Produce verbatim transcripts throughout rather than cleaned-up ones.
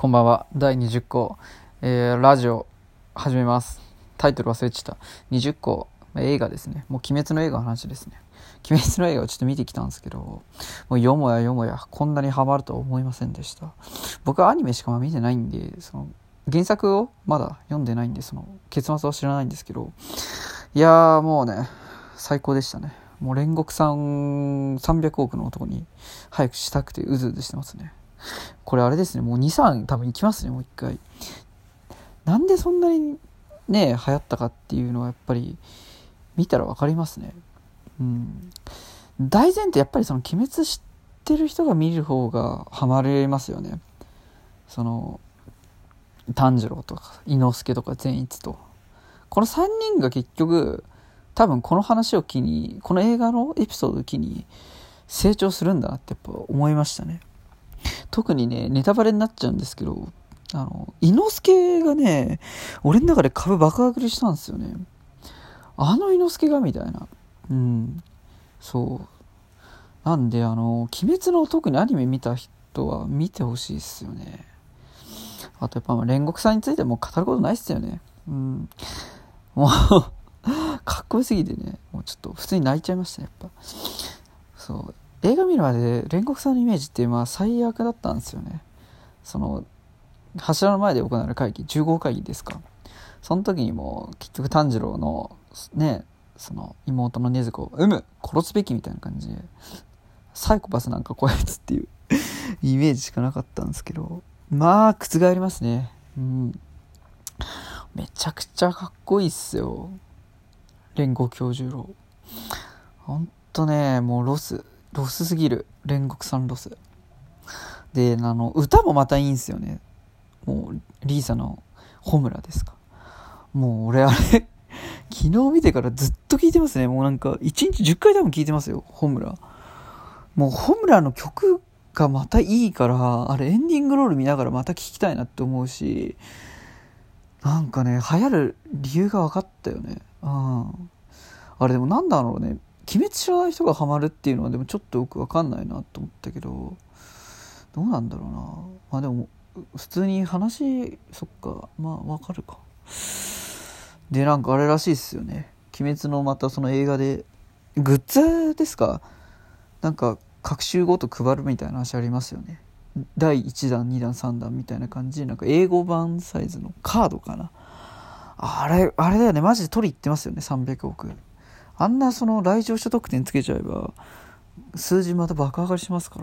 こんばんは。だいにじゅっこ、えー、ラジオ始めます。タイトル忘れちゃった。にじゅっこ、映画ですね。もう鬼滅の映画の話ですね。鬼滅の映画をちょっと見てきたんですけど、もうよもやよもやこんなにハマるとは思いませんでした。僕はアニメしか見てないんで、その原作をまだ読んでないんで、その結末は知らないんですけど、いやーもうね、最高でしたね。もう煉獄さんさんびゃくおくの男に早くしたくてうずうずしてますね。これあれですね、もうに、さん多分行きますね、もう一回。なんでそんなにね流行ったかっていうのはやっぱり見たら分かりますね。うん。大前提やっぱりその鬼滅知ってる人が見る方がハマれますよね。その炭治郎とか伊之助とか善逸とこのさんにんが結局多分この話を機にこの映画のエピソードを機に成長するんだなってやっぱ思いましたね。特にねネタバレになっちゃうんですけど、あの伊之助がね俺の中で株爆上がりしたんですよね。あの伊之助がみたいな。うんそうなんで、あの鬼滅の特にアニメ見た人は見てほしいっすよね。あとやっぱ煉獄さんについてもう語ることないっすよね。うんもうかっこよすぎてね、もうちょっと普通に泣いちゃいましたね。やっぱそう映画見るまで煉獄さんのイメージってまあ最悪だったんですよね。その柱の前で行われる会議じゅうごかいぎですか。その時にも結局炭治郎のねその妹の禰豆子をうむ殺すべきみたいな感じでサイコパスなんかこやつっていうイメージしかなかったんですけど、まあ覆りますね。うんめちゃくちゃかっこいいっすよ煉獄杏寿郎。ほんとねもうロスロスすぎる煉獄さんロスで、あの歌もまたいいんすよね。もうリーサのホムラですか。もう俺あれ昨日見てからずっと聴いてますね。もうなんかいちにちじゅっかい多分聴いてますよホムラ。もうホムラの曲がまたいいから、あれエンディングロール見ながらまた聴きたいなって思うし、なんかね流行る理由が分かったよね。うんあれでもなんだろうね、鬼滅知らない人がハマるっていうのはでもちょっとよく分かんないなと思ったけど、どうなんだろうな。まあでも普通に話そっかまあ分かるか。でなんかあれらしいっすよね、鬼滅のまたその映画でグッズですか、なんか各週ごと配るみたいな話ありますよね。だいいちだんにだんさんだんみたいな感じでなんか英語版サイズのカードかな。あれあれだよね、マジで取り行ってますよね。さんびゃくおくあんなその来場者特典つけちゃえば数字また爆上がりしますから。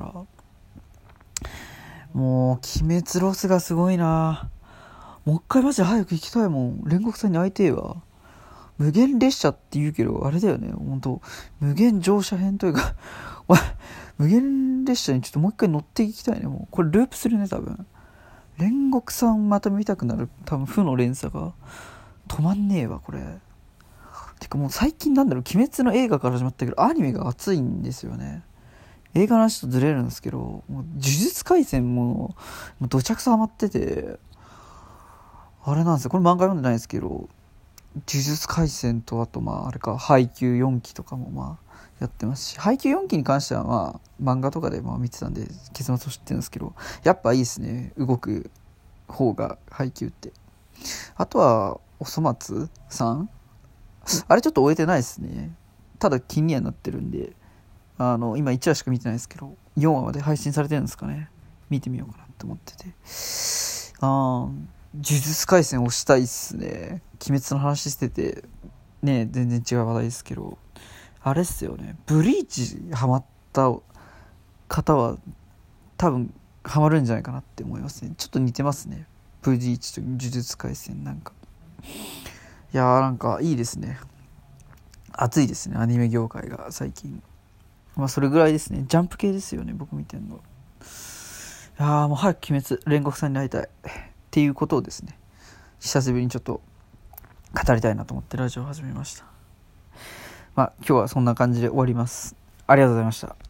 もう鬼滅ロスがすごいな。もう一回マジで早く行きたいもん。煉獄さんに会いてえわ。無限列車って言うけどあれだよね、本当無限乗車編というか無限列車にちょっともう一回乗っていきたいね。もうこれループするね多分。煉獄さんまた見たくなる多分負の連鎖が止まんねえわこれ。てかもう最近なんだろう、鬼滅の映画から始まったけどアニメが熱いんですよね。映画の話とずれるんですけど、もう呪術廻戦ももうどちゃくそハマってて、あれなんですよ、これ漫画読んでないですけど呪術廻戦とあとまああれかハイキューよんきとかもまあやってますし、ハイキューよんきに関してはまあ漫画とかでまあ見てたんで結末を知ってるんですけど、やっぱいいですね動く方がハイキューって。あとはおそ松さんあれちょっと終えてないですね。ただ気にはなってるんで、あの今いちわしか見てないですけどよんわまで配信されてるんですかね。見てみようかなって思ってて、あー呪術廻戦推したいっすね。鬼滅の話しててね全然違う話題ですけど、あれっすよね、ブリーチハマった方は多分ハマるんじゃないかなって思いますね。ちょっと似てますねブリーチと呪術廻戦。なんかいやーなんかいいですね。熱いですねアニメ業界が最近。まあそれぐらいですね。ジャンプ系ですよね僕見てんの。いやーもう早く鬼滅煉獄さんに会いたいっていうことをですね、久しぶりにちょっと語りたいなと思ってラジオを始めました。まあ今日はそんな感じで終わります。ありがとうございました。